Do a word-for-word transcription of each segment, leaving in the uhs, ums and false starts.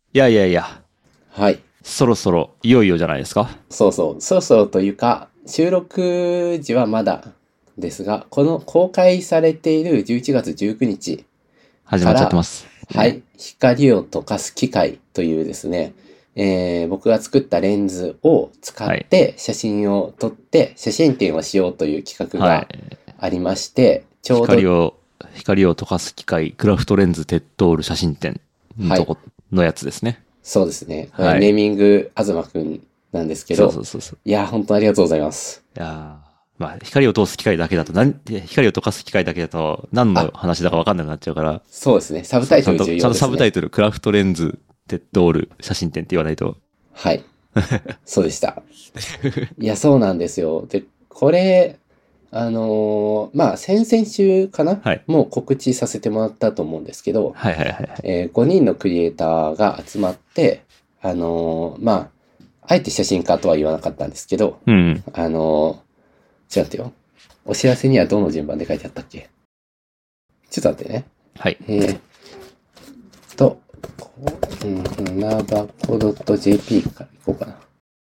いやいやいや、 はい。 そろそろいよいよじゃないですか。 そうそう。そろそろというか、収録時はまだですが、この公開されているじゅういちがつじゅうくにち始まっちゃってから、 ますね。 はい、光を溶かす機械というですね、えー僕が作ったレンズを使っはい。 て写真を撮って写真展をしようという企画がはい。 ありまして、ちょうど、 光を、光を溶かす機械、クラフトレンズテッドール写真展のはい、 とこのやつですね。 そうですね。これはい。 ネーミング、東くんなんですけそうそど、 うそうそう。 いや、本当ありがとうございます。 いやーまあ、光を通す機械だけだと、なん、光を溶かす機械だけだと、何のあ、 話だか分かんなくなっちゃうから、 そうですね。サブそう、 タイトル重ちゃんと、ちゃんと要ですね。 サブタイトル、クラフトレンズテッドール写真展って言わないと。 はい。そうでした。いや、そうなんですよ。で、これ、あのーまあ、先々週かなはい。 もう告知させてもらったと思うんですけど、 はいはいはいはい。 えーごにんのクリエイターが集まって、あのーまあ、あえて写真家とは言わなかったんですけど、 うん。 あのーちょっと待ってよ。お知らせにはどの順番で書いてあったっけ？ちょっと待ってね。 はい。 えーっと、こう、うん、なばこ .jp からいこうかな。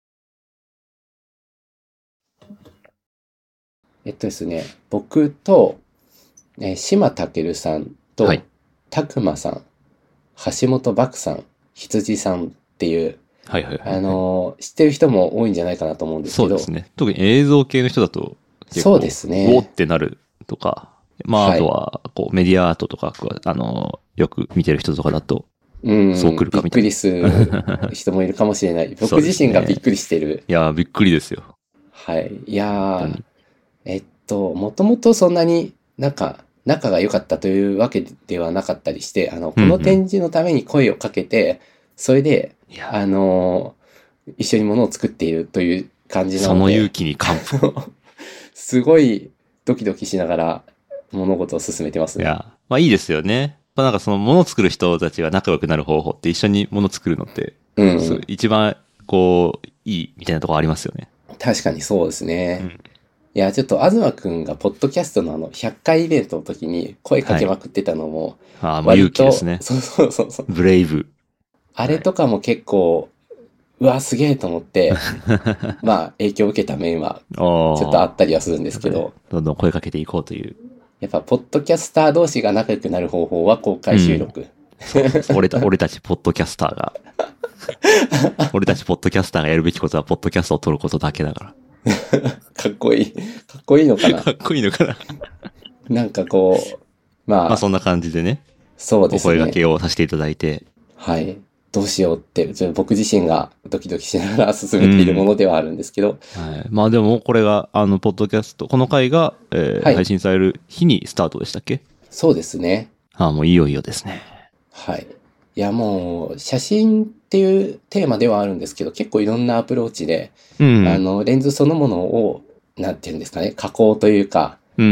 えっとですね、僕と、えー島健さんと、 はい。 たくまさん、橋本漠さん、羊さんっていう、 はいはいはいあはい。 のー知ってる人も多いんじゃないかなと思うんですけど、 そうですね。特に映像系の人だと結そうで構、おーっすね。 てなるとか、まああはい。 とは、こうメディアアートとか、あの、よく見てる人とかだと、 うそう来ん、びっくりるかみたいするな。 人もいるかもしれない。僕そうで自すね。 身がびっくりしてる。 いやー、びっくりですよ。 はい。いやー、 本当に。 えっと、もともとそんなになんか仲が良かったというわけではなかったりして、あの、このうんうん。 展示のために声をかけて、それで、 いやあのー一緒にものを作っているという感ー、 じなその勇ので、 気に感服。 すごいドキドキしながら物事を進めてますね。 いやー、まあいいですよね。まあなんかその物を作る人たちが仲良くなる方法って一緒に物作るのって、 うん、うすん。 一番こう、いいみたいなところありますよね。 確かにそうですね。 うん。 いや、ちょっと東くんがポッドキャストのあのひゃっかいイベントの時に声かはい。 けまくってたのも、 ああ、もう勇気です割と、 ね。 そうそうそうそう。 ブレイブ。 あはい。 れとかも結構、うわ、すげえと思って、まあ影響を受けた面はちょっとあおー。 ったりはするんでやっぱり、 すけど、 どんどん声かけていこうという。 やっぱポッドキャスター同士が仲良くなる方法は公開収うん。 録。 そうそうそう。俺た、俺たちポッドキャスターが、俺たちポッドキャスターがやるべきことは、ポッドキャストを撮ることだけだかかっこいい。かっこいいのから。 な？ かっこいいのかな。 なんかこう、まあ、 まあそんな感じでね、 そうでお声掛すね。 けをさせていただいて。 はい。どうしようって、ちょっと僕自身がドキドキしながら進めているもうん。 のではあるんですけど、 はい。まあでも、これが、あの、ポッドキャスト、この回が、えーはい。 配信される日にスタートでしたっけ？ そうですね。 ああ、もういよいよですね。 はい。いや、もう、写真っていうテーマではあるんですけど、結構いろんなアプローチで、 うん。 あの、レンズそのものを、なんていうんですかね、加工というか、 うん。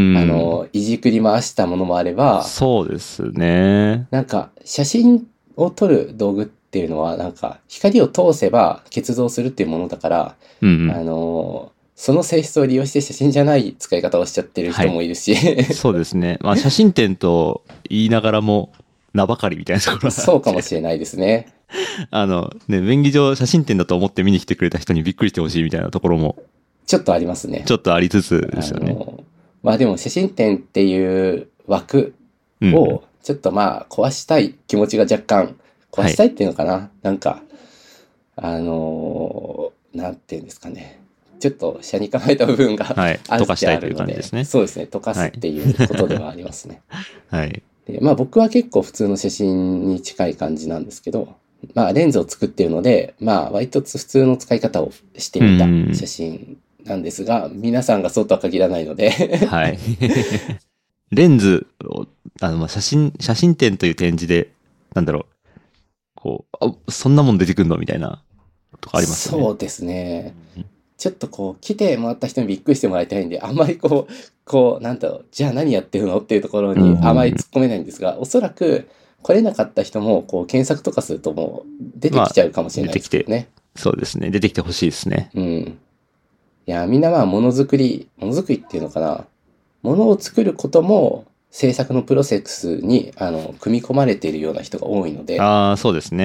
あの、いじくり回したものもあれば、 そうですね。 なんか、写真を撮る道具っていうのは、なんか、光を通せば結像するっていうものだから、あうんうん。 の、その性質を利用して写真じゃない使い方をしちゃってるはい。 人もいるし、 そうですね。まあ、写真展と言いながらも、名ばかりみたいなところがあそうかもって。 しれないですね。 あの、ね、便宜上写真展だと思って見に来てくれた人にびっくりしてほしいみたいなところも、 ちょっとありますね。 ちょっとありつつであすよね。 の、まあでも写真展っていう枠うんうん。 をちょっとまあ壊したい気持ちが若干、壊はい。 したいっていうのかななんか、あの、なんていうんですかね。ちょっと斜に構えた部分がはい。 あるっちゃあ溶かしたいというるので、 感じですね。 そうですね、溶かはい。 すっていうことではありますね。 はい。 で、まあ僕は結構普通の写真に近い感じなんですけど、まあレンズを作っているので、まあ割と普通の使い方をしてうみた写ん。 真なんですが、皆さんがそうとは限らないのではい。レンズを、あの、まあ、写真、写真展という展示で、なんだろう、こう、あ、そんなもん出てくんのみたいな、とかありますよね。 そうですね。ちょっとこう、来てもらった人にびっくりしてもらいたいんで、あんまりこう、こう、なんだろう、じゃあ何やってるのっていうところうん。 にあまりうん。 突っ込めないんですが、おそらく来れなかった人も、こう、検索とかするともう出てまあ、 きちゃうかもしれないで出てきて、 すけどね。 そうですね。出てきてほしいですね。 うん。いや、みんなまあ、ものづくり、ものづくりっていうのかな。ものを作ることも、制作のプロセスに、あの、組み込まれているような人が多いので、 ああ、そうですね。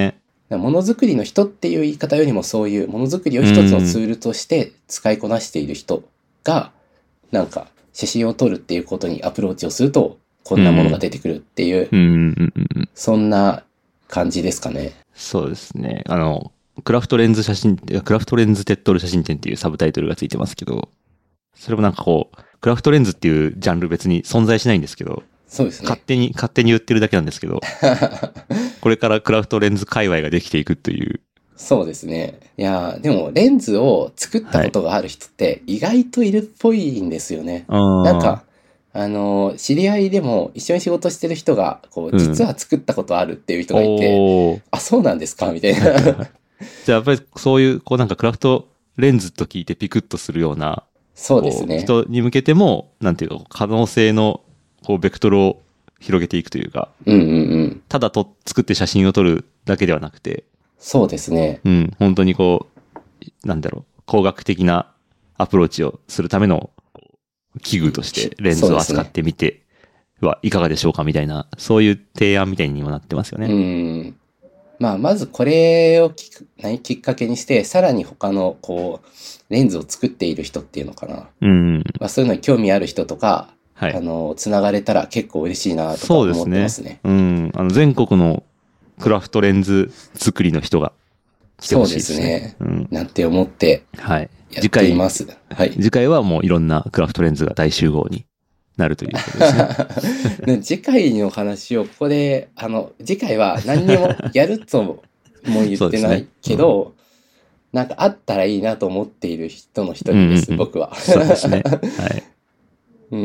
ものづくりの人っていう言い方よりもそういうものづくりを一つのツールとして使いこなしている人が、なんか写真を撮るっていうことにアプローチをすると、こんなものが出てくるっていう、 うんうんうんうん、 そんな感じですかね。 そうですね。あの、クラフトレンズ写真、クラフトレンズテッドル写真展っていうサブタイトルがついてますけど、それもなんかこう、クラフトレンズっていうジャンル別に存在しないんですけど、 そうですね。 勝手に、勝手に言ってるだけなんですけど、これからクラフトレンズ界隈ができていくという。 そうですね。いや、でもレンズを作ったことがある人って意外といるっぽいんですよね。 はい、 なんか、あの、知り合いでも一緒に仕事してる人が、こう、実は作ったことあるっていう人がいて、うん、あ、そうなんですかみたいな。じゃあやっぱりそういう、こうなんかクラフトレンズと聞いてピクッとするような、 そうですね。 人に向けても、なんていうか、可能性の、こう、ベクトルを広げていくというか、 うんうんうん。 ただと作って写真を撮るだけではなくて、 そうですね。 うん、本当にこう、なんだろう、工学的なアプローチをするための器具としてレンズを扱ってみてはいかがでしょうかみたいな、そういう提案みたいにもなってますよね。 うん。まあ、まずこれをき何きっかけにして、さらに他の、こう、レンズを作っている人っていうのかな。 うん。 まあ、そういうのに興味ある人とか、 はい。 あの、つながれたら結構嬉しいなとか思ってますね。そうですね。 うん。あの、全国のクラフトレンズ作りの人が来てほしいですね。そうですね。 うん。なんて思って、はい。やっています。はい。 次回はもういろんなクラフトレンズが大集合になるということですね。 次回の話をここで、あの、次回は何にもやるとも言ってないけど、ね、うん、なんかあったらいいなと思っている人の一人です、うんうんうん、僕は。 そうですね。はい。 うん。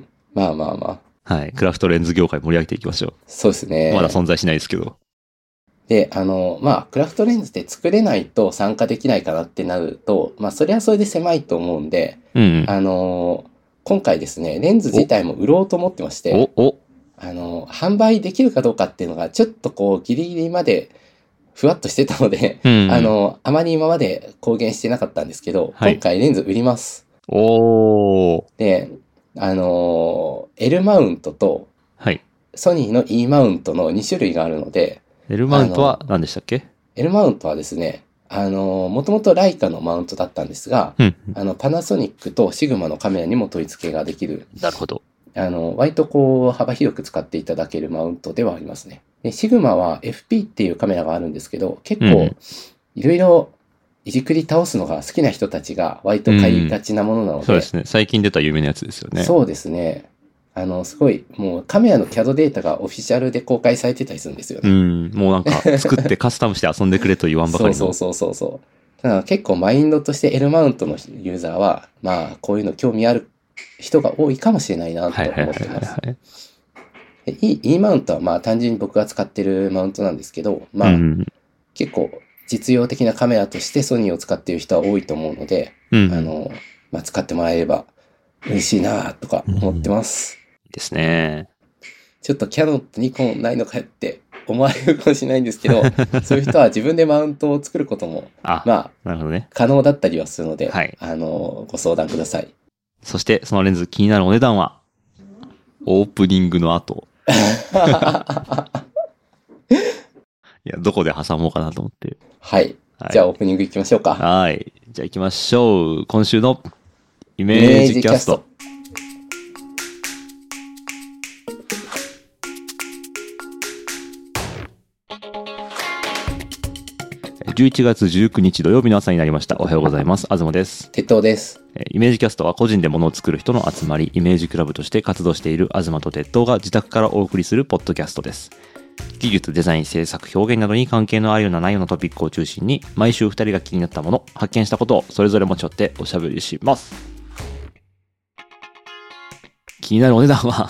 まあまあまあ。はい。クラフトレンズ業界盛り上げていきましょう。 そうですね。 まだ存在しないですけど。 で、あの、まあ、クラフトレンズって作れないと参加できないかなってなると、まあ、それはそれで狭いと思うんで、うんうん、あの、今回ですね、レンズ自体も売ろうと思ってまして、おおあの、販売できるかどうかっていうのが、ちょっとこう、ギリギリまでふわっとしてたので、うんうん、あの、あまり今まで公言してなかったんですけど、はい、今回レンズ売ります。おー。で、あの、L マウントと、はい、ソニーの E マウントのに種類があるので、 L マウントは何でしたっけ？ L マウントはですね、あの、もともとライカのマウントだったんですが、うん、あの、パナソニックとシグマのカメラにも取り付けができる。 なるほど。 あの、割とこう、幅広く使っていただけるマウントではありますね。で、シグマは エフピー っていうカメラがあるんですけど、結構、いろいろいじくり倒すのが好きな人たちが割と買いがちなものなので、うん、 そうですね。最近出た有名なやつですよね。 そうですね。あの、すごい、もうカメラの キャド データがオフィシャルで公開されてたりするんですよね。 うん、もうなんか作ってカスタムして遊んでくれと言わんばかりの。 そうそうそうそう。だから結構マインドとして L マウントのユーザーは、まあ、こういうの興味ある人が多いかもしれないなと思ってます。E, E マウントはまあ単純に僕が使ってるマウントなんですけど、まあ、うん、結構実用的なカメラとしてソニーを使っている人は多いと思うので、うん、あの、まあ、使ってもらえれば嬉しいなとか思ってます。 うんですね。 ちょっとキャノンとニコンないのかって思われるかもしれないんですけど、そういう人は自分でマウントを作ることも、あまあ、なるほどね、可能だったりはするので、はい、あの、ご相談ください。 そして、そのレンズ気になるお値段は、オープニングの後。いや、どこで挟もうかなと思って。 はい。はい、じゃあ、オープニング行きましょうか。 はい。じゃあ行きましょう。今週のイメージキャスト。じゅういちがつじゅうくにち土曜日の朝になりました。おはようございます。東です。 鉄塔です。 イメージキャストは個人で物を作る人の集まり、イメージクラブとして活動している東と鉄塔が自宅からお送りするポッドキャストです。技術、デザイン、制作、表現などに関係のあるような内容のトピックを中心に、毎週ふたりが気になったもの、発見したことをそれぞれ持ち寄っておしゃべりします。気になるお値段は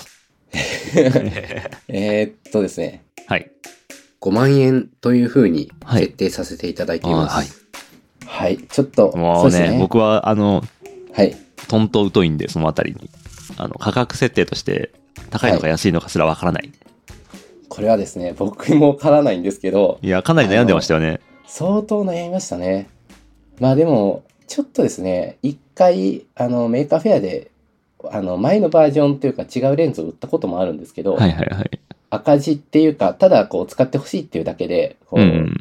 えっとですね。 はい。 ごまんえんというふうに設定させていただいています。はい。はい、ちょっと、 もう ね, うね僕は、あの、 はい。 トント疎いんで、そのあたりに。あの、価格設定として、高いのか安いのかすらわからない、はい。 これはですね、僕もわからないんですけど。 いや、かなり悩んでましたよね。 相当悩みましたね。まあでも、ちょっとですね、一回、あの、メーカーフェアで、あの、前のバージョンというか違うレンズを売ったこともあるんですけど、 はいはいはい。 赤字っていうか、ただこう使ってほしいっていうだけで、こう、うん、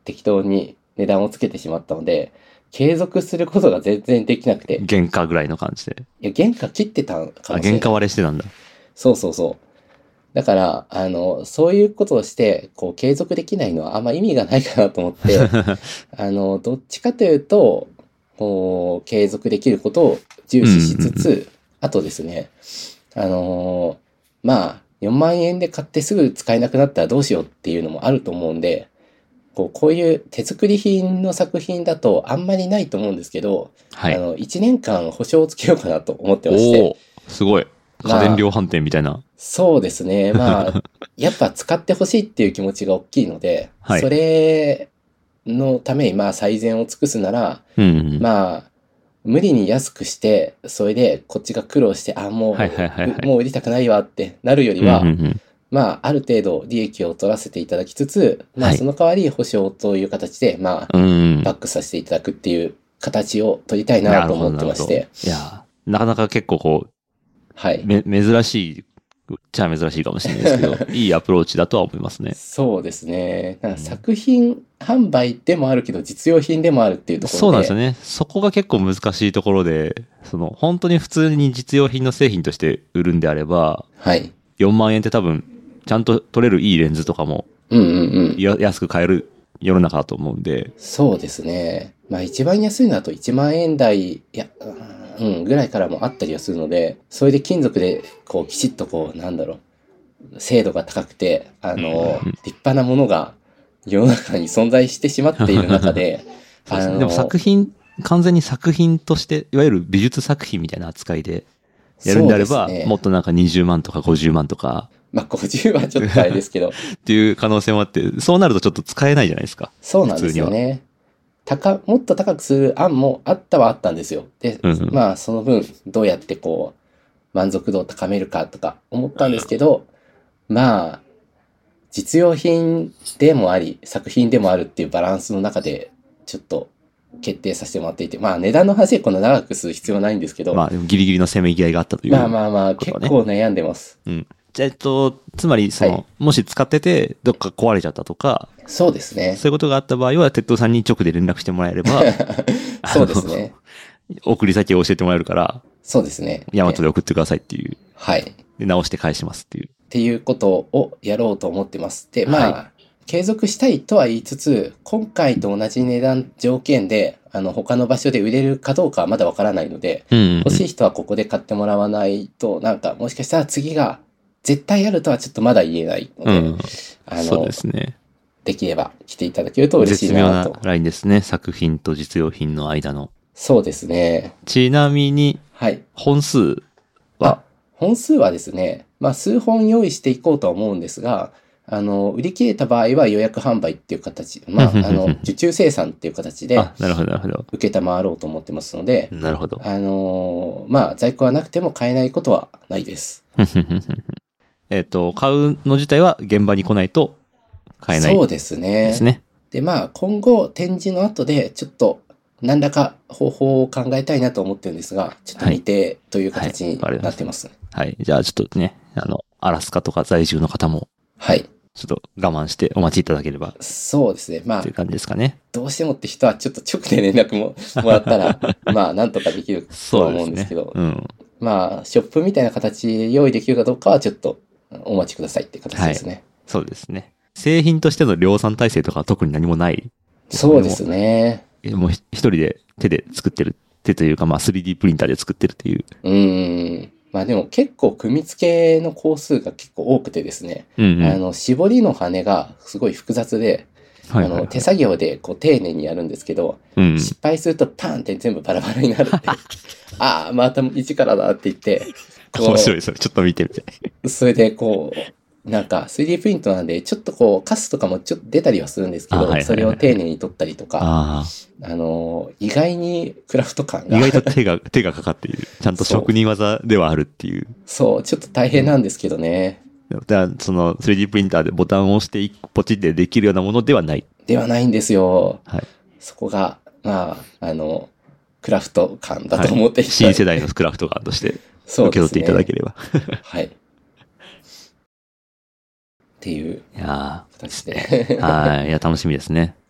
適当に値段をつけてしまったので、継続することが全然できなくて。 原価ぐらいの感じで。 いや、原価切ってたかもしれない。 あ、原価割れしてたんだ。 そうそうそう。だから、あの、そういうことをして、こう、継続できないのはあんま意味がないかなと思って、あの、どっちかというと、こう、継続できることを重視しつつ、うんうんうん、あとですね、あの、まあ、よんまんえんで買ってすぐ使えなくなったらどうしようっていうのもあると思うんで、こう、こういう手作り品の作品だとあんまりないと思うんですけど、はい、あの、いちねんかん保証をつけようかなと思ってまして。 おー、すごい。家電量販店みたいな。まあ、 そうですね。まあ、やっぱ使ってほしいっていう気持ちが大きいので、はい、それのためにまあ最善を尽くすなら、うんうん、まあ、無理に安くして、それでこっちが苦労して、あ、もう、はいはいはいはい、もう売りたくないわってなるよりは、うんうんうん、まあ、ある程度利益を取らせていただきつつ、まあ、その代わり保証という形で、まあ、はい、バックさせていただくっていう形を取りたいなと思ってまして。 いや、なかなか結構こう、はい。め、珍しい、じゃあ珍しいかもしれないですけど、いいアプローチだとは思いますね。 そうですね。なんか作品販売でもあるけど、実用品でもあるっていうところで。 そうなんですよね。そこが結構難しいところで、その、本当に普通に実用品の製品として売るんであれば、はい。よんまんえんって多分、ちゃんと取れるいいレンズとかも、うんうんうん。安く買える世の中だと思うんで。 そうですね。まあ一番安いのだといちまんえん台、いや、うん、ぐらいからもあったりはするので、それで金属で、こう、きちっとこう、なんだろう、精度が高くて、あの、立派なものが世の中に存在してしまっている中で、 そうですね、でも作品、完全に作品として、いわゆる美術作品みたいな扱いでやるんであれば、ね、もっとなんかにじゅうまんとかごじゅうまんとか。 まあごじゅうはちょっとあれですけど。 っていう可能性もあって、そうなるとちょっと使えないじゃないですか。 そうなんですよね。高、もっと高くする案もあったはあったんですよ。で、うんうん、まあその分どうやってこう満足度を高めるかとか思ったんですけど、まあ実用品でもあり作品でもあるっていうバランスの中でちょっと決定させてもらっていて、まあ値段の話でこんな長くする必要はないんですけど、 まあでもギリギリのせめぎ合いがあったという、 ね、まあまあまあ結構悩んでます。 うん。じゃあ、えっと、つまり、その、はい、もし使ってて、どっか壊れちゃったとか、 そうですね。 そういうことがあった場合は、鉄道さんに直で連絡してもらえれば、 そうですね。 送り先を教えてもらえるから、 そうですね。 ヤマトで送ってくださいっていう。 はい。 で、直して返しますっていう。 っていうことをやろうと思ってます。で、まあ、はい、継続したいとは言いつつ、今回と同じ値段条件で、あの、他の場所で売れるかどうかはまだわからないので、うんうんうん、欲しい人はここで買ってもらわないと、なんか、もしかしたら次が、絶対あるとはちょっとまだ言えないので、うん、 あの、そうですね。 できれば来ていただけると嬉しいなと。 絶妙なラインですね。作品と実用品の間の。 そうですね。 ちなみに、はい。本数は、 本数はですね、まあ数本用意していこうとは思うんですが、あの、売り切れた場合は予約販売っていう形、まあ、あの、受注生産っていう形で、 あ、なるほど、なるほど。 受けたまわろうと思ってますので、 なるほど。 あの、まあ、在庫はなくても買えないことはないです。 えっと、買うの自体は現場に来ないと買えない、 そうですね。 ですね。 で、まあ、今後展示の後でちょっと何らか方法を考えたいなと思ってるんですが、ちょっと未定という形になってます。 はい。はい、じゃあちょっとね、あの、アラスカとか在住の方も、 はい。 ちょっと我慢してお待ちいただければ。 そうですね。まあ、 という感じですかね。 どうしてもって人はちょっと直で連絡ももらったら、まあ、なんとかできるとは思うんですけど、ね、うん、まあ、ショップみたいな形で用意できるかどうかはちょっとお待ちくださいって形ですね。はい、 そうですね。製品としての量産体制とかは特に何もない。 そうですね。 もう一人で手で作ってる。手というか、まあ スリーディー プリンターで作ってるっていう。 うーん。まあでも結構組み付けの工数が結構多くてですね。うんうん、あの、絞りの羽がすごい複雑で、はいはいはい、あの手作業でこう丁寧にやるんですけど、うん、失敗するとパンって全部バラバラになるって。ああ、また一からだって言って。 面白いそれ。ちょっと見てみたい。 それでこう、なんか スリーディー プリントなんで、ちょっとこう、カスとかもちょっと出たりはするんですけど、はいはいはい、それを丁寧に取ったりとか、あ, あの、意外にクラフト感が。 意外と手が、手がかかっている。ちゃんと職人技ではあるっていう。 そう、そうちょっと大変なんですけどね。 だからその スリーディー プリンターでボタンを押してポチってできるようなものではない。 ではないんですよ。はい。そこが、まあ、あの、クラフト感だと思っていた、はい、 新世代のクラフト感として受け取っていただければ。 はい。っていう形で。 はい。いや、楽しみですね。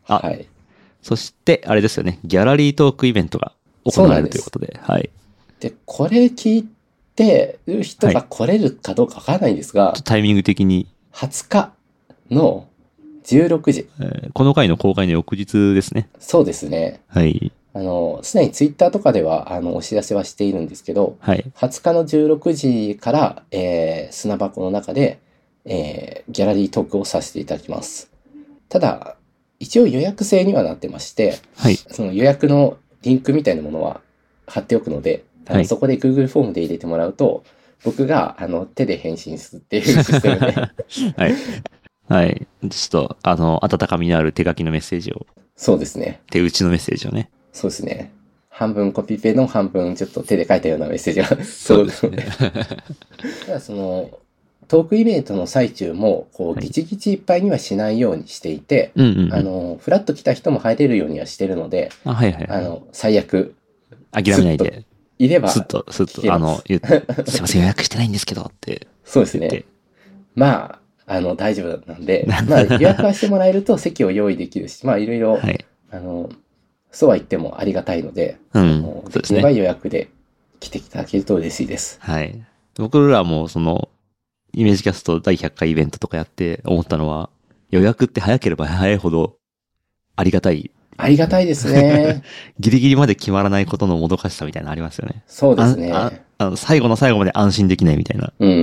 あ、はい。そして、あれですよね。ギャラリートークイベントが行われるということで。はい。 で、これ聞いてる人が来れるかどうかわからないんですが、はい、 タイミング的に。 はつかのじゅうろくじ、 えー。この回の公開の翌日ですね。 そうですね。 はい。 あの、すでにツイッターとかでは、あの、お知らせはしているんですけど、はい、はつかのじゅうろくじから、えー、砂箱の中で、えー、ギャラリートークをさせていただきます。ただ、一応予約制にはなってまして、はい、その予約のリンクみたいなものは貼っておくので、はい、そこで Google フォームで入れてもらうと、僕があの手で返信するっていうシステムで。 はい。はい。ちょっと、あの、温かみのある手書きのメッセージを。 そうですね。 手打ちのメッセージをね。 そうですね。半分コピペの半分ちょっと手で書いたようなメッセージが届くので。 ただその、トークイベントの最中も、こう、ギチギチいっぱいにはしないようにしていて、はい、あの、フラッと来た人も入れるようにはしてるので、 あ、はいはいはい、 あの、最悪。 諦めないで。 いれば。 すっと、すっと、あの、言すいません、予約してないんですけどって。 そうですね。まあ、あの、大丈夫なんで、まあ、予約はしてもらえると席を用意できるし、まあ、いろいろ、はい、あの、そうは言ってもありがたいので、うん、できれば予約で来ていただけると嬉しいです。 はい。僕らもその、イメージキャストだいひゃっかいイベントとかやって思ったのは、予約って早ければ早いほどありがたい。 ありがたいですね。 ギリギリまで決まらないことのもどかしさみたいなのありますよね。 そうですね。 あああの最後の最後まで安心できないみたいな。 うんうんうん。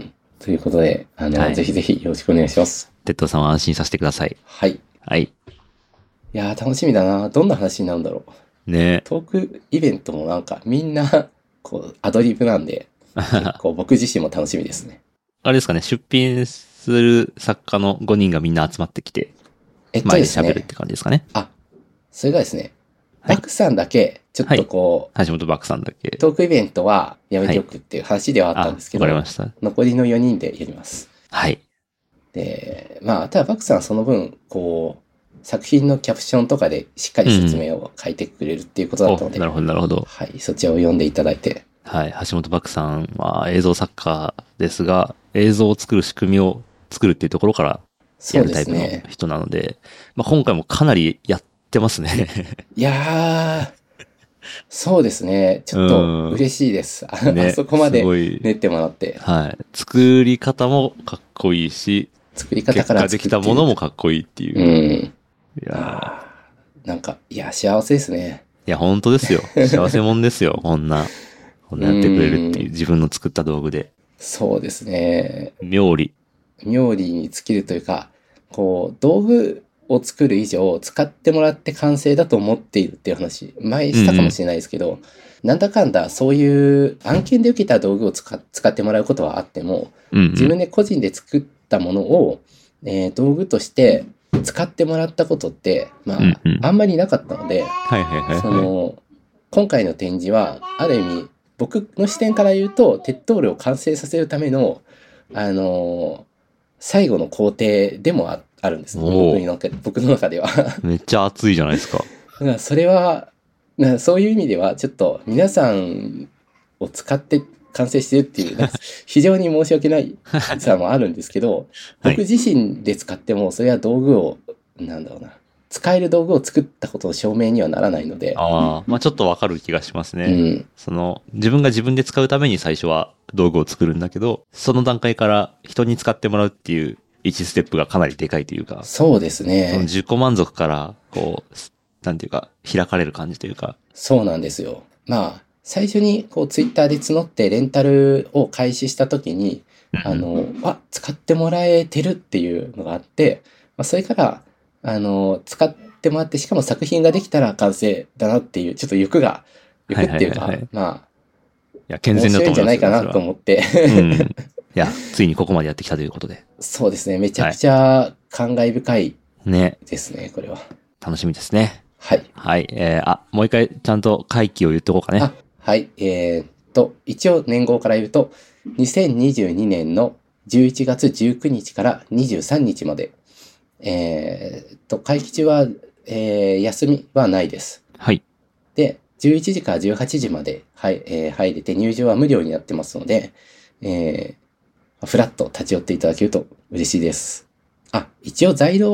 ということで、あの、はい、ぜひぜひよろしくお願いします。 テッドさんは安心させてください。 はい。 はい。 いやー楽しみだな。どんな話になるんだろう。ね。 トークイベントもなんかみんな、こう、アドリブなんで、結構僕自身も楽しみですね。 あれですかね、出品する作家のごにんがみんな集まってきて、 えっとですね、 前で喋るって感じですかね。 あ、それがですね、はい、バクさんだけ、ちょっとこう、はい、橋本バクさんだけ。 トークイベントはやめておくっていう話ではあったんですけど、 はい、わかりました。 残りのよにんでやります。 はい。 で、まあ、ただバクさんはその分、こう、作品のキャプションとかでしっかり説明を書いてくれるっていうことだったので、 うん、なるほど、なるほど。 はい、そちらを読んでいただいて。 はい、橋本バクさんは映像作家ですが、映像を作る仕組みを作るっていうところからやるタイプの人なので、でね、まあ今回もかなりやってますね。 いやー、そうですね。ちょっと嬉しいです。あ、ね、あそこまで練ってもらって。 はい。作り方もかっこいいし、 作り方から作ってできたものもかっこいいっていう。 うん。 いやなんか、いや、幸せですね。 いや、本当ですよ。幸せもんですよ。こんな、こんなやってくれるっていう、自分の作った道具で。 そうですね。 妙理。 妙理に尽きるというか、こう、道具を作る以上、使ってもらって完成だと思っているっていう話、前したかもしれないですけど、うんうん、なんだかんだそういう案件で受けた道具を使使ってもらうことはあっても、うんうん、自分で個人で作ったものを、えー、道具として使ってもらったことって、まあ、うんうん、あんまりなかったので、 はいはいはいはい、 その、今回の展示は、ある意味、僕の視点から言うと、鉄塔炉を完成させるための、あのー、最後の工程でも あ, あるんですね。僕の中で、僕の中では。 めっちゃ熱いじゃないですか。 だからそれは、そういう意味では、ちょっと皆さんを使って完成してるっていう、非常に申し訳ないさもあるんですけど、はい、僕自身で使っても、それは道具を、なんだろうな。使える道具を作ったことの証明にはならないので。 ああ、まあちょっとわかる気がしますね。 うん、 その、自分が自分で使うために最初は道具を作るんだけど、その段階から人に使ってもらうっていう一ステップがかなりでかいというか。 そうですね。 その自己満足から、こう、なんていうか、開かれる感じというか。 そうなんですよ。まあ、最初にこうツイッターで募ってレンタルを開始した時に、あの、あ、使ってもらえてるっていうのがあって、まあ、それから、あの、使ってもらって、しかも作品ができたら完成だなっていう、ちょっと欲が、欲っていうか、はいはいはいはい、まあ、 いや、健全だと思います。 面白いんじゃないかなと思って。 うん。いや、ついにここまでやってきたということで。 そうですね。めちゃくちゃ感慨深いですね、はい、これは。 楽しみですね。 はい。 はい。えー、あ、もう一回ちゃんと回帰を言っておこうかね。 あ、はい。えー、っと、一応年号から言うと、にせんにじゅうにねんのじゅういちがつじゅうくにちからにじゅうさんにちまで、えー、っと、会期中は、えー、休みはないです。 はい。 で、じゅういちじからじゅうはちじまで、はいえー、入れて入場は無料になってますので、えー、フラッと立ち寄っていただけると嬉しいです。あ、一応在廊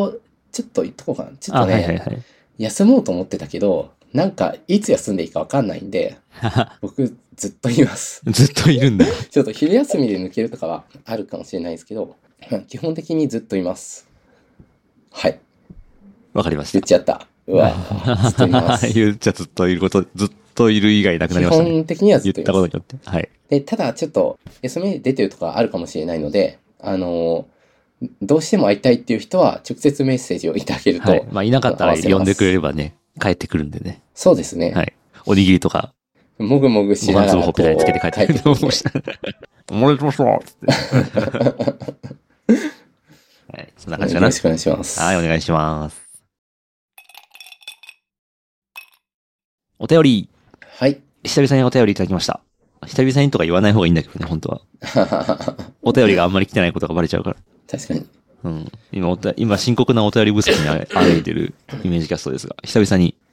ちょっと言っとこうかな。ちょっとね、 はいはいはい、 休もうと思ってたけど、なんか、いつ休んでいいかわかんないんで、僕、ずっといます。 ずっといるんだ。 ちょっと昼休みで抜けるとかはあるかもしれないですけど、基本的にずっといます。はい。 わかりました。 言っちゃった。うわずっといます。 言っちゃずっといること、ずっといる以外なくなりましたね。 基本的にはずっといます。 言ったことによって。はい。 で、ただちょっと、休み出てるとかあるかもしれないので、あのー、どうしても会いたいっていう人は直接メッセージをいただけると。 はい。まあ、いなかったら呼んでくれればね、帰ってくるんでね。 そうですね。 はい。おにぎりとか。 もぐもぐしながら。 ご飯粒ほっぺたにつけて帰ってくると思うし。おもれてますわつって。はい。そんな感じかな。 よろしくお願いします。 はい、お願いします。お便り。 はい。 久々にお便りいただきました。久々にとか言わない方がいいんだけどね、本当は。お便りがあんまり来てないことがバレちゃうから。 確かに。 うん。今おた、今深刻なお便り不足に歩いてるイメージキャストですが、久々に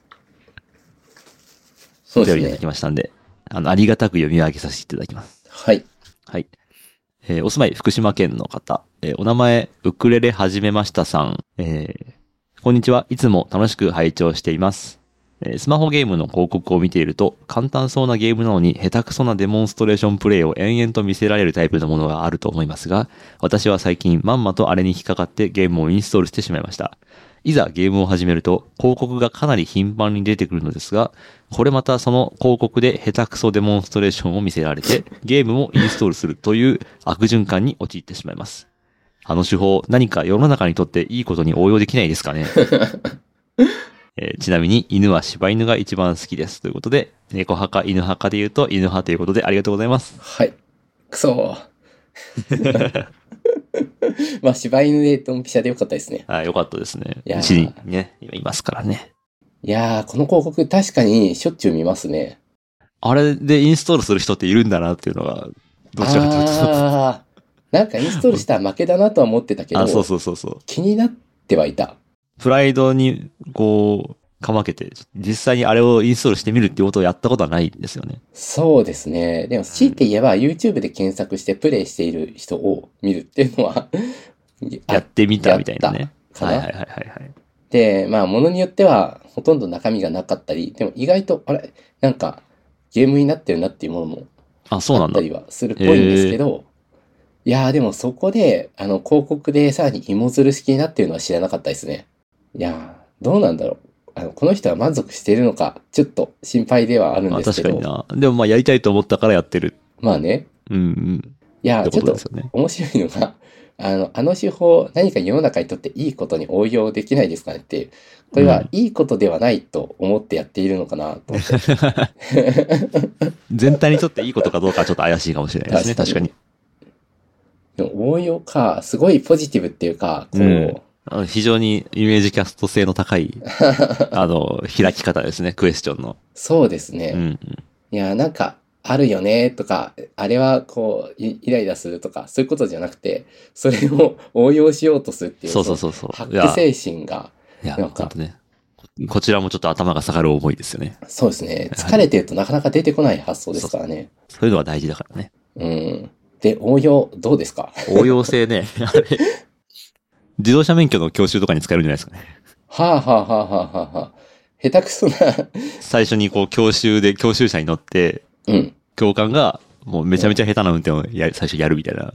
お便りいただきましたんで、でね、あの、ありがたく読み上げさせていただきます。 はい。 はい。えー、お住まい、福島県の方、えー、お名前、ウクレレはじめましたさん、えー、こんにちは。いつも楽しく拝聴しています。スマホゲームの広告を見ていると、簡単そうなゲームなのに下手くそなデモンストレーションプレイを延々と見せられるタイプのものがあると思いますが、私は最近まんまとあれに引っかかってゲームをインストールしてしまいました。いざゲームを始めると、広告がかなり頻繁に出てくるのですが、これまたその広告で下手くそデモンストレーションを見せられて、ゲームもインストールするという悪循環に陥ってしまいます。あの手法、何か世の中にとっていいことに応用できないですかねえー、ちなみに犬は柴犬が一番好きですということで、猫派か犬派かで言うと犬派ということでありがとうございます。 はい。くそー。まあ柴犬でドンピシャでよかったですね。 あ、よかったですね。うちにね、今いますからね。 いやー、この広告確かにしょっちゅう見ますね。 あれでインストールする人っているんだなっていうのが、どちらかというと。 ああ、なんかインストールしたら負けだなとは思ってたけど、 あ、そうそうそうそう。 気になってはいた。 プライドに、こう、かまけて、実際にあれをインストールしてみるっていうことをやったことはないんですよね。 そうですね。でも、強いて言えば、YouTube で検索してプレイしている人を見るっていうのはやってみたみたいなね。 かな。 はいはいはいはい。 で、まあ、ものによっては、ほとんど中身がなかったり、でも意外と、あれ、なんか、ゲームになってるなっていうものも、あったりはするっぽいんですけど、いやー、でもそこで、あの、広告でさらに芋づる式になってるのは知らなかったですね。いやー、どうなんだろう。あの、この人は満足しているのか、ちょっと心配ではあるんですけど。 まあ、確かにな。でもまあやりたいと思ったからやってる。 まあね。 うんうん。 いやー、ちょっと面白いのが、あの、あの手法、何か世の中にとっていいことに応用できないですかねっていう。これはいいことではないと思ってやっているのかなと思って。 全体にとっていいことかどうかはちょっと怪しいかもしれないですね。確かに。 でも応用か、すごいポジティブっていうか、こう、 うん、非常にイメージキャスト性の高い、あの、開き方ですね、クエスチョンの。 そうですね。 うんうん、 いや、なんか、あるよね、とか、あれはこう、イライラするとか、そういうことじゃなくて、それを応用しようとするっていう、 そうそうそうそう。 ハック精神が、 いや、なんか、ね、こちらもちょっと頭が下がる思いですよね。 そうですね。疲れてるとなかなか出てこない発想ですからね。 そういうのは大事だからね。 うん。で、応用、どうですか？ 応用性ね、あれ、自動車免許の教習とかに使えるんじゃないですかね。はあはあはあはあはあ。下手くそな。 最初にこう教習で、教習車に乗って、 うん。 教官が、もうめちゃめちゃ下手な運転をや最初やるみたいな。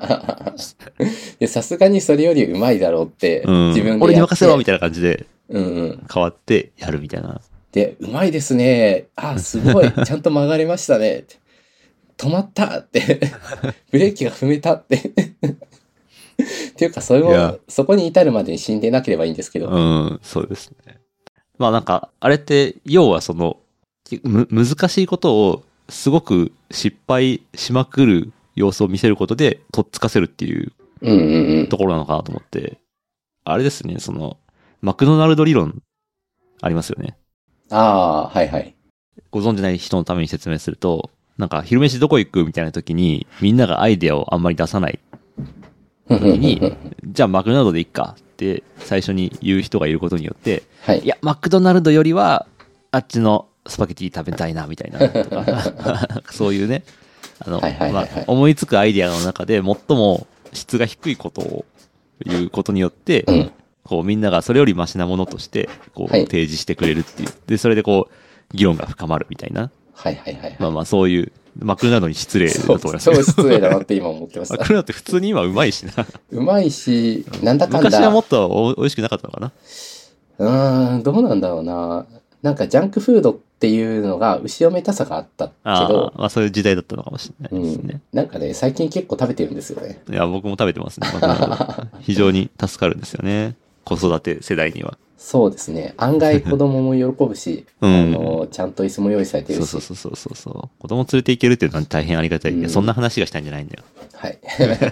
さすがにそれより上手いだろうって、 うん、自分で俺に任せろみたいな感じで、 うんうん、 変わってやるみたいな。 で、上手いですね。あ、すごい。ちゃんと曲がれましたね。止まったって。ブレーキが踏めたって。っていうか、それも、そこに至るまでに死んでなければいいんですけど。 うん、そうですね。まあなんか、あれって、要はその、む、難しいことを、すごく失敗しまくる様子を見せることで、とっつかせるっていうところなのかなと思って、うんうんうん、あれですね、その、マクドナルド理論、ありますよね。 ああ、はいはい。 ご存じない人のために説明すると、なんか、昼飯どこ行くみたいな時に、みんながアイデアをあんまり出さない時に、じゃあマクドナルドでいっかって最初に言う人がいることによって、はい、いや、マクドナルドよりは、あっちのスパゲティ食べたいな、みたいな、とか、そういうね、あの、まあ、思いつくアイデアの中で最も質が低いことを言うことによって、うん、 こうみんながそれよりマシなものとしてこう提示してくれるっていう、はい、でそれでこう議論が深まるみたいな、 はいはいはい、はい、 まあまあそういうマクドナルドに失礼だと思います。 そう、そう失礼だなって今思ってました。 マクドナルドって普通に今うまいしな。 うまいし、なんだかんだ。 昔はもっと美味しくなかったのかな。 うーん、どうなんだろうな。なんかジャンクフードっていうのが後ろめたさがあったけど、 あ、まあそういう時代だったのかもしれないですね、うん。 なんかね、最近結構食べてるんですよね。 いや、僕も食べてますね。非常に助かるんですよね。子育て世代には。 そうですね。案外子供も喜ぶし、うん、あの、ちゃんと椅子も用意されてるし。 そうそうそうそうそう。子供連れて行けるっていうのは大変ありがたい。うん、そんな話がしたいんじゃないんだよ。 はい。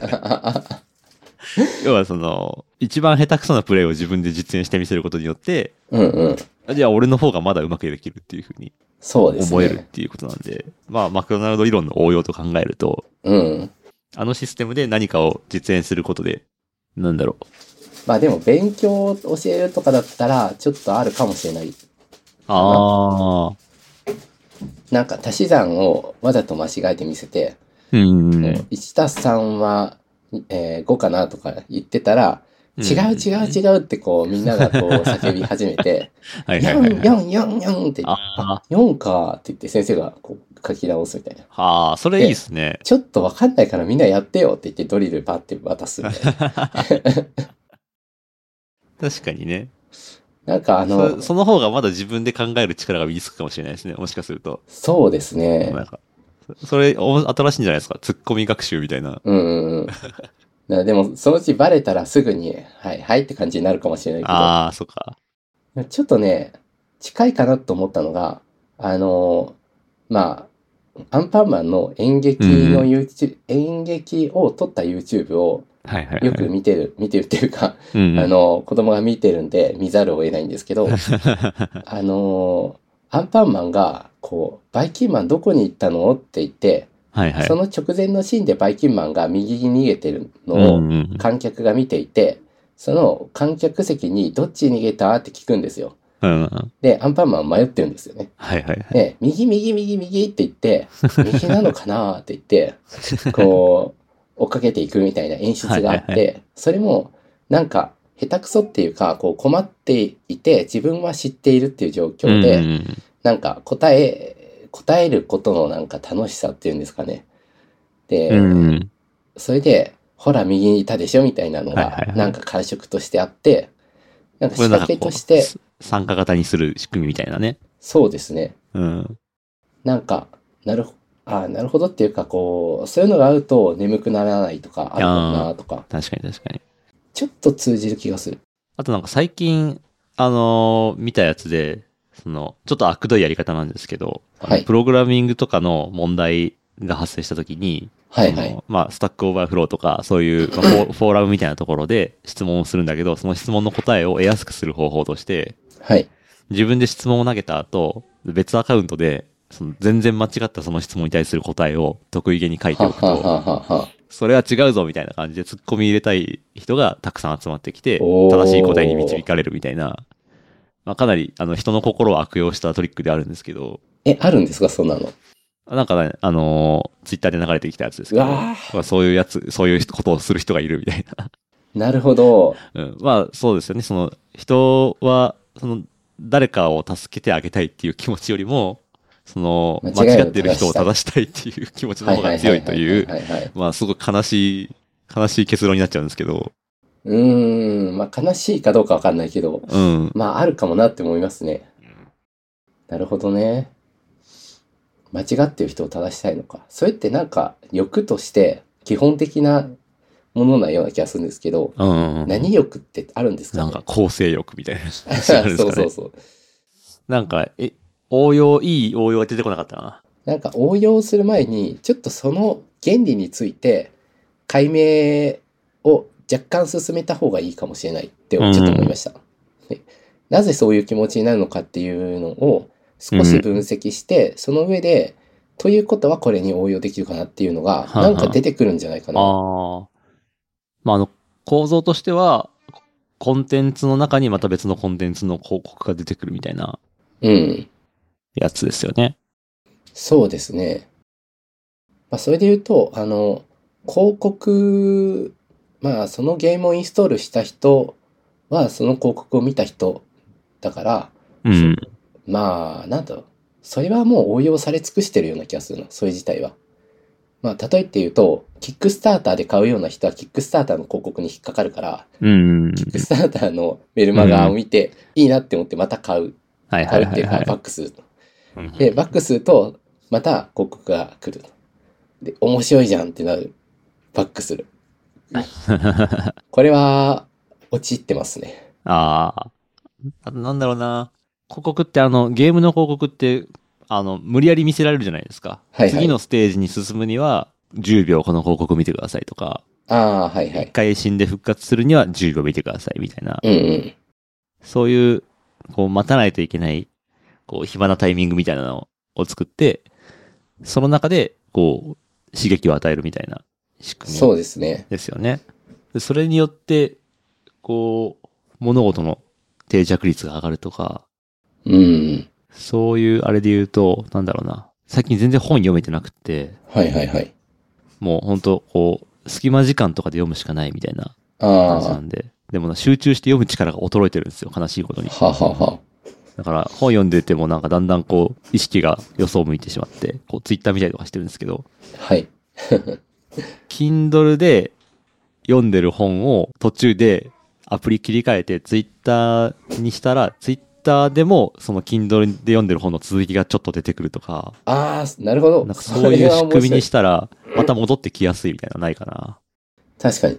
要はその、一番下手くそなプレイを自分で実演してみせることによって、 うんうん。 じゃあ俺の方がまだうまくできるっていうふうに思えるっていうことなんで、でね、まあマクドナルド理論の応用と考えると、 うん。 あのシステムで何かを実演することで、なんだろう。 まあでも勉強を教えるとかだったらちょっとあるかもしれない。 ああ。 なんか足し算をわざと間違えてみせて、 うん、 いちたすさんは、えー、ごかなとか言ってたら、違う違う違うってこうみんながこう叫び始めて、よん、よん、よん、よんって、あ、よんかって言って先生がこう書き直すみたいな。 はあ、それいいですね。 ちょっとわかんないからみんなやってよって言ってドリルパッて渡すみたいな。 確かにね。 なんかあのそ、その方がまだ自分で考える力が身につくかもしれないですね。もしかすると。 そうですね。 なんかそれ、新しいんじゃないですか。ツッコミ学習みたいな。 うんうんうん。でも、そのうちバレたらすぐに、はい、はいって感じになるかもしれないけど。 ああ、そっか。 ちょっとね、近いかなと思ったのが、あの、まあ、アンパンマンの演劇の YouTube、うん、演劇を撮った YouTube をよく見てる、はいはいはい、見てるっていうか、うんうん、あの、子供が見てるんで見ざるを得ないんですけど、あの、アンパンマンが、こう、バイキンマンどこに行ったのって言って、 はいはい、 その直前のシーンでバイキンマンが右に逃げてるのを観客が見ていて、うんうん、その観客席にどっち逃げたって聞くんですよ。 うんうん、 で、アンパンマン迷ってるんですよね。 はいはいはい、 で、右右右右って言って、右なのかなって言って、こう、追っかけていくみたいな演出があって、はいはいはい、それもなんか下手くそっていうか、こう困っていて自分は知っているっていう状況で、うんうん、なんか答え、答えることのなんか楽しさっていうんですかね。で、うん、それで、ほら右にいたでしょみたいなのが、なんか感触としてあって、なんか仕掛けとして。 参加型にする仕組みみたいなね。 そうですね。 うん。 なんか、なるほど。あなるほどっていうか、こう、そういうのがあると眠くならないとかあるかなとか。 確かに確かに。 ちょっと通じる気がする。 あとなんか最近、あのー、見たやつで、その、ちょっと悪どいやり方なんですけど、はい、プログラミングとかの問題が発生したときに、 はいはい。 まあ、スタックオーバーフローとか、そういう、まあ、フォーラムみたいなところで質問をするんだけど、その質問の答えを得やすくする方法として、 はい。 自分で質問を投げた後、別アカウントで、その全然間違ったその質問に対する答えを得意げに書いておくと、ははははそれは違うぞみたいな感じで突っ込み入れたい人がたくさん集まってきて、正しい答えに導かれるみたいな、まあ、かなりあの人の心を悪用したトリックであるんですけど。 え、あるんですかそんなの。 なんかね、あのー、ツイッターで流れてきたやつですけど、まあ、そういうやつ、そういうことをする人がいるみたいな。 なるほど。 うん、まあそうですよね。その人は、その誰かを助けてあげたいっていう気持ちよりも、その間違ってる人を正したいっていう気持ちの方が強いという、まあすごく悲しい、悲しい結論になっちゃうんですけど。 うーん、まあ悲しいかどうかわかんないけど、 うん、 まああるかもなって思いますね。なるほどね。間違ってる人を正したいのか。それってなんか欲として基本的なものなような気がするんですけど、 うんうんうん、 何欲ってあるんですかね。 なんか構成欲みたいな話あるんですかね。 そうそうそう。 なんか、え、応用、いい応用が出てこなかったな。 なんか応用する前に、ちょっとその原理について解明を若干進めた方がいいかもしれないってちょっと思いました。うん、なぜそういう気持ちになるのかっていうのを少し分析して、うん、その上で、ということはこれに応用できるかなっていうのが、なんか出てくるんじゃないかな。 ははあまあ、あの、構造としては、コンテンツの中にまた別のコンテンツの広告が出てくるみたいな、 うん。 やつですよね。 そうですね。まあ、それで言うと、あの、広告、まあ、そのゲームをインストールした人はその広告を見た人だから、 うん。 まあ、なんだろう。それはもう応用され尽くしてるような気がするな、それ自体は。まあ、例えて言うと、キックスターターで買うような人は、キックスターターの広告に引っかかるから、 うん。 キックスターターのメルマガを見て、いいなって思ってまた買う。 はいは買うっていうか、 いはいはい。 バックすると。 うんで、バックすると、また広告が来る。で、面白いじゃんってなる。バックする。これは、陥ってますね。 ああ。あとなんだろうな。広告ってあの、ゲームの広告って、あの、無理やり見せられるじゃないですか。 はいはい。 次のステージに進むには、じゅうびょうこの広告見てくださいとか、 ああ、はいは一い。 回死んで復活するにはじゅうびょう見てくださいみたいな、 うんうん。 そういう、こう、待たないといけない、こう、暇なタイミングみたいなのを作って、その中で、こう、刺激を与えるみたいな仕組みそうですね。 ですよね。でそれによって、こう、物事の定着率が上がるとか、 うん。 そういうあれで言うと、なんだろうな。最近全然本読めてなくて、 はいはいはい。 もう本当こう、隙間時間とかで読むしかないみたいな感じなあんで、でもな集中して読む力が衰えてるんですよ。悲しいことに。 あ、ははは。 だから本読んでてもなんかだんだんこう、意識が予想を向いてしまって、こう、ツイッター見たりとかしてるんですけど、 はい。 Kindle で読んでる本を途中でアプリ切り替えてツイッターにしたら、ツイッターでもその Kindle で読んでる本の続きがちょっと出てくるとか、 ああ、なるほど。 なんかそういそれう仕組みは面白い。 にしたら、また戻ってきやすいみたいなのないかな。 確かに。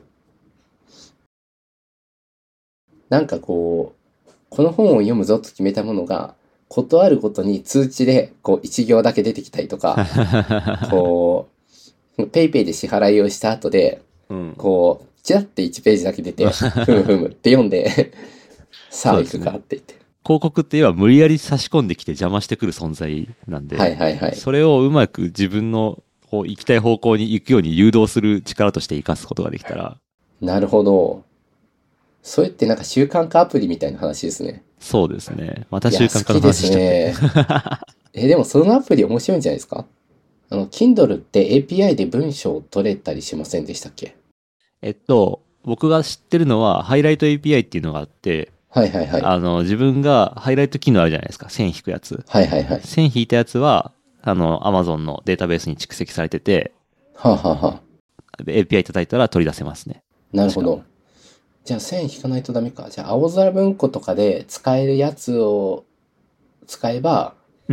なんかこう、この本を読むぞと決めたものが、ことあるごとに通知で、こう、一行だけ出てきたりとか、こう、ペイペイで支払いをした後で、 うん。 こう、チラっていちページだけ出て、ふむふむって読んでさあ行くかそうですね。 って言って。 広告って言えば無理やり差し込んできて邪魔してくる存在なんはいで、 はいはい。 それをうまく自分のこう行きたい方向に行くように誘導する力として活かすことができたら、 なるほど。それってなんか習慣化アプリみたいな話ですね。 そうですね。またいや、 習慣化の好きです話しちゃって。 ね。え、でもそのアプリ面白いんじゃないですか？あの、Kindle って エーピーアイ で文章を取れたりしませんでしたっけ？ えっと、僕が知ってるのは、ハイライト エーピーアイ っていうのがあって、 はいはいはい。 あの、自分がハイライト機能あるじゃないですか。線引くやつ。 はいはいはい。 線引いたやつは、あの、Amazon のデータベースに蓄積されてて、 はあ、はあはあ、 エーピーアイ 叩いたら取り出せますね。確か。 なるほど。じゃあ線引かないとダメか。じゃあ青空文庫とかで使えるやつを使えば、 うん。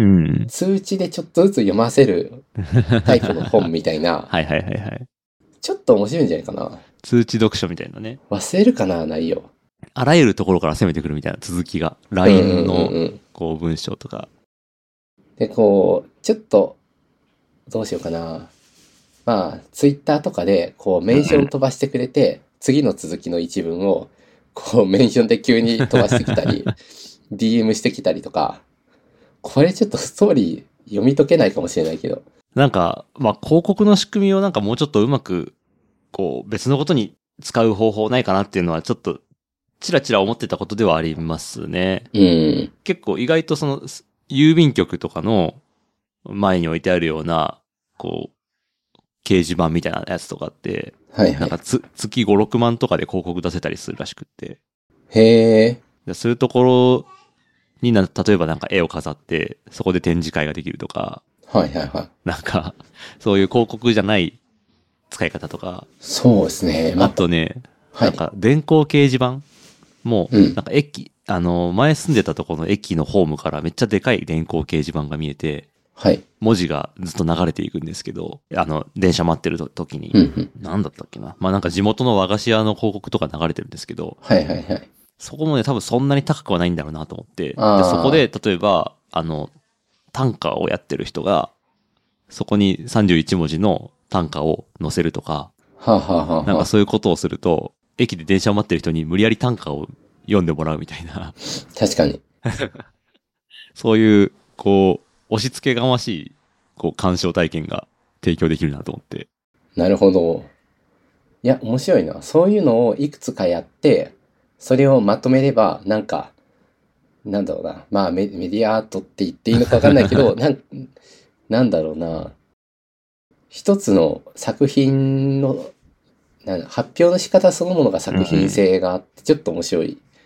通知でちょっとずつ読ませるタイプの本みたいな、 はいはいはいはい。 ちょっと面白いんじゃないかな。 通知読書みたいなね。 忘れるかな、内容。 あらゆるところから攻めてくるみたいな続きが。 うんうラインんうんの、 うん。 こう、文章とか。 で、こう、ちょっと、どうしようかな。まあ、ツイッターとかで、こう、メンション飛ばしてくれて、次の続きの一文を、こう、メンションで急に飛ばしてきたり、ディーエム してきたりとか、これちょっとストーリー読み解けないかもしれないけど。 なんか、まあ、広告の仕組みをなんかもうちょっとうまく、こう、別のことに使う方法ないかなっていうのはちょっと、ちらちら思ってたことではありますね。 うん。 結構意外とその、郵便局とかの前に置いてあるような、こう、掲示板みたいなやつとかって、 はいはい。 なんかつ、月ご、ろくまんとかで広告出せたりするらしくって。 へえ。 でそういうところにな、例えばなんか絵を飾って、そこで展示会ができるとか、 はいはいはい。 なんか、そういう広告じゃない使い方とか、 そうですね。まああ、 とね、 はい。 なんか電光掲示板もうん。 なんか駅、あの、前住んでたところの駅のホームからめっちゃでかい電光掲示板が見えて、 はい。 文字がずっと流れていくんですけど、あの、電車待ってる時に、 うんうん。 なんだったっけな。まあなんか地元の和菓子屋の広告とか流れてるんですけど、 はいはいはい。 そこもね、多分そんなに高くはないんだろうなと思って、で、そこあで、例えば、あの、短歌をやってる人が、そこにさんじゅういち文字の短歌を載せるとか、 あ。はあ、はあはあなんかはあ、 そういうことをすると、駅で電車を待ってる人に無理やり短歌を読んでもらうみたいな、 確かに。 そういう、こう、押し付けがましい、こう、鑑賞体験が提供できるなと思って。 なるほど。いや、面白いな。そういうのをいくつかやって、それをまとめれば、なんか、なんだろうな。まあメ、メディアアートって言っていいのかわかんないけど、なん、なんだろうな。一つの作品の、なんだ発表の仕方そのものが作品性があって、ちょっと面白い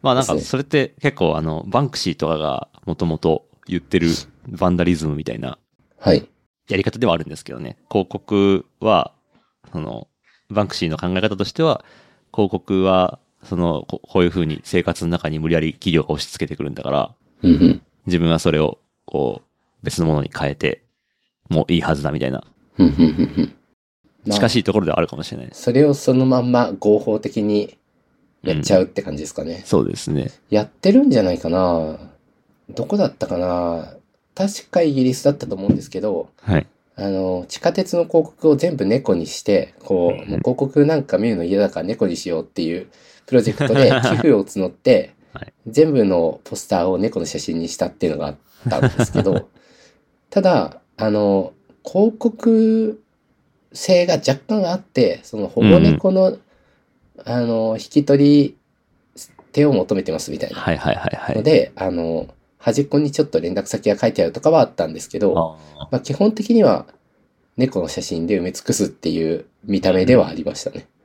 まあなんかそれって結構あの、バンクシーとかがもともと言ってるバンダリズムみたいな、 はい。 やり方ではあるんですけどね。広告は、その、バンクシーの考え方としては、広告は、その、こういう風に生活の中に無理やり企業が押し付けてくるんだから、 うんうん、 自分はそれを、こう、別のものに変えて、もういいはずだみたいな。 うんうんうんうんまあ、 近しいところではあるかもしれない。 それをそのまんま合法的にやっちゃうって感じですかね。うん、 そうですね。 やってるんじゃないかな。どこだったかな。確かイギリスだったと思うんですけど、 はい。 あの、地下鉄の広告を全部猫にして、こう、もう広告なんか見るの嫌だから猫にしようっていうプロジェクトで寄付を募って、はい、全部のポスターを猫の写真にしたっていうのがあったんですけど、ただ、あの、広告性が若干あって、その保護猫の、うん、あの、引き取り手を求めてますみたいな。 はいはいはいはい。 ので、あの、端っこにちょっと連絡先が書いてあるとかはあったんですけど、あまあ、基本的には猫の写真で埋め尽くすっていう見た目ではありましたね。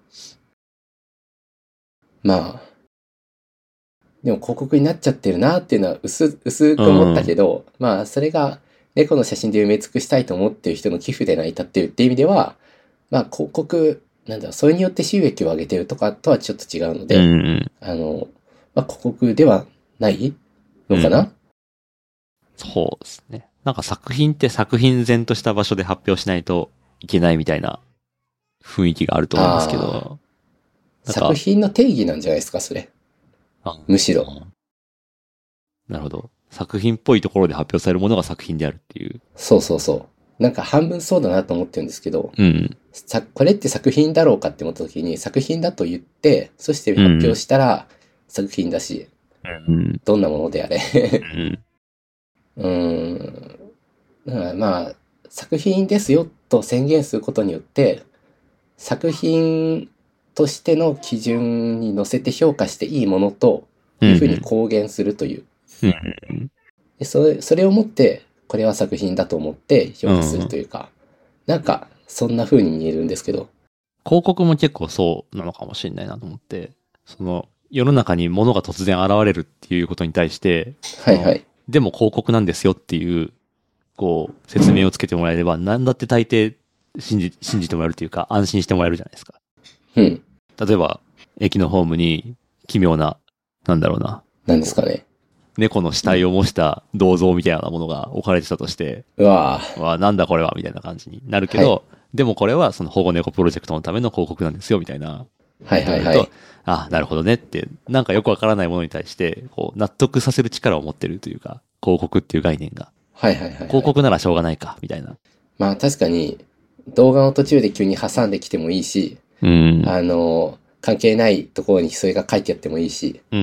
うん、まあ、でも広告になっちゃってるなっていうのは薄、薄く思ったけど、うん、まあそれが猫の写真で埋め尽くしたいと思っている人の寄付でないたっていうっていう意味では、まあ広告、なんだろう、それによって収益を上げてるとかとはちょっと違うので、 うんうん、 あの、まあ広告ではないのかな、うん、 そうですね。なんか作品って作品然とした場所で発表しないといけないみたいな雰囲気があると思うんですけど。 作品の定義なんじゃないですか、それ。むしろ。 なるほど。作品っぽいところで発表されるものが作品であるっていう。 そうそうそう。なんか半分そうだなと思ってるんですけど、 うん、 さこれって作品だろうかって思った時に、作品だと言って、そして発表したら作品だし、 うん、 どんなものであれ。 うん、 うーん。だからまあ、作品ですよと宣言することによって、作品としての基準に乗せて評価していいものというふうに公言するという。 うんうん、 でそれ、それをもって、これは作品だと思って評価するというか、うん、なんか、そんな風に見えるんですけど。 広告も結構そうなのかもしれないなと思って、その、世の中に物が突然現れるっていうことに対して、 はいはい。 でも広告なんですよっていう、こう、説明をつけてもらえれば、なんだって大抵信じ、信じてもらえるというか、安心してもらえるじゃないですか。 うん。 例えば、駅のホームに奇妙な、なんだろうな。 何ですかね。 猫の死体を模した銅像みたいなものが置かれてたとして、 うわぁ。わなんだこれはみたいな感じになるけど、はい、でもこれはその保護猫プロジェクトのための広告なんですよみたいな。 はいはいはい。 あ、なるほどねって、なんかよくわからないものに対して、こう、納得させる力を持ってるというか、広告っていう概念が。 はいはいはい、はい。 広告ならしょうがないか、みたいな。 まあ確かに、動画の途中で急に挟んできてもいいし、 うん。 あの、関係ないところにそれが書いてあってもいいし、 うん。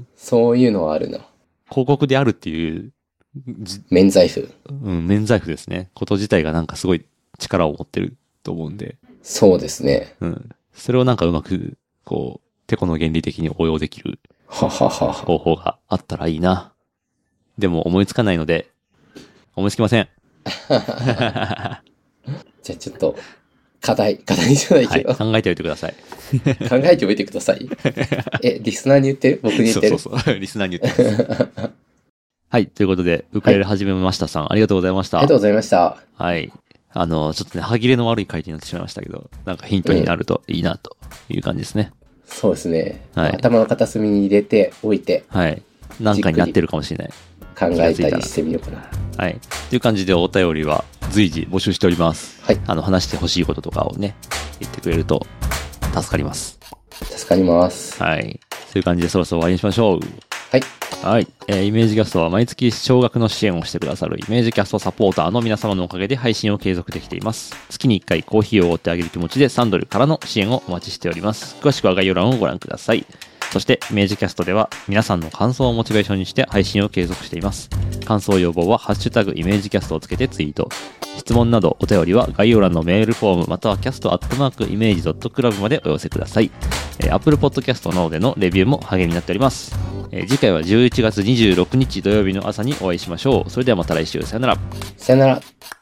そういうのはあるな。 広告であるっていう、 免罪符。 うん、免罪符ですね。こと自体がなんかすごい力を持ってると思うんで。 そうですね。 うん。それをなんかうまく、こう、てこの原理的に応用できる方法があったらいいな。でも思いつかないので、思いつきません。 じゃあちょっと、課題、課題じゃないけど。 はい、考えておいてください。 考えておいてください。え、リスナーに言ってる？僕に言ってる？ そうそうそう。リスナーに言ってます。はい。ということで、ウクレレ始めましたさん、はい、ありがとうございました。 ありがとうございました。 はい。あの、ちょっとね、歯切れの悪い回答になってしまいましたけど、なんかヒントになるといいなという感じですね。 うん、そうですね。 はい。 頭の片隅に入れておいて。 はい。なんかになってるかもしれない。 考えたりしてみようかな。 はい。という感じでお便りは随時募集しております。 はい。 あの、話してほしいこととかをね、言ってくれると助かります。 助かります。 はい。という感じでそろそろ終わりにしましょう。 はい。 はい。えー、イメージキャストは毎月少額の支援をしてくださるイメージキャストサポーターの皆様のおかげで配信を継続できています。月にいっかいコーヒーをおごってあげる気持ちでさんドルからの支援をお待ちしております。詳しくは概要欄をご覧ください。そしてイメージキャストでは皆さんの感想をモチベーションにして配信を継続しています。感想要望はハッシュタグイメージキャストをつけてツイート。質問などお便りは概要欄のメールフォームまたはキャストアットマークイメージドットクラブまでお寄せください。えー、Apple Podcast などでのレビューも励みになっております。えー、次回はじゅういちがつにじゅうろくにち土曜日の朝にお会いしましょう。それではまた来週。さよなら。 さよなら。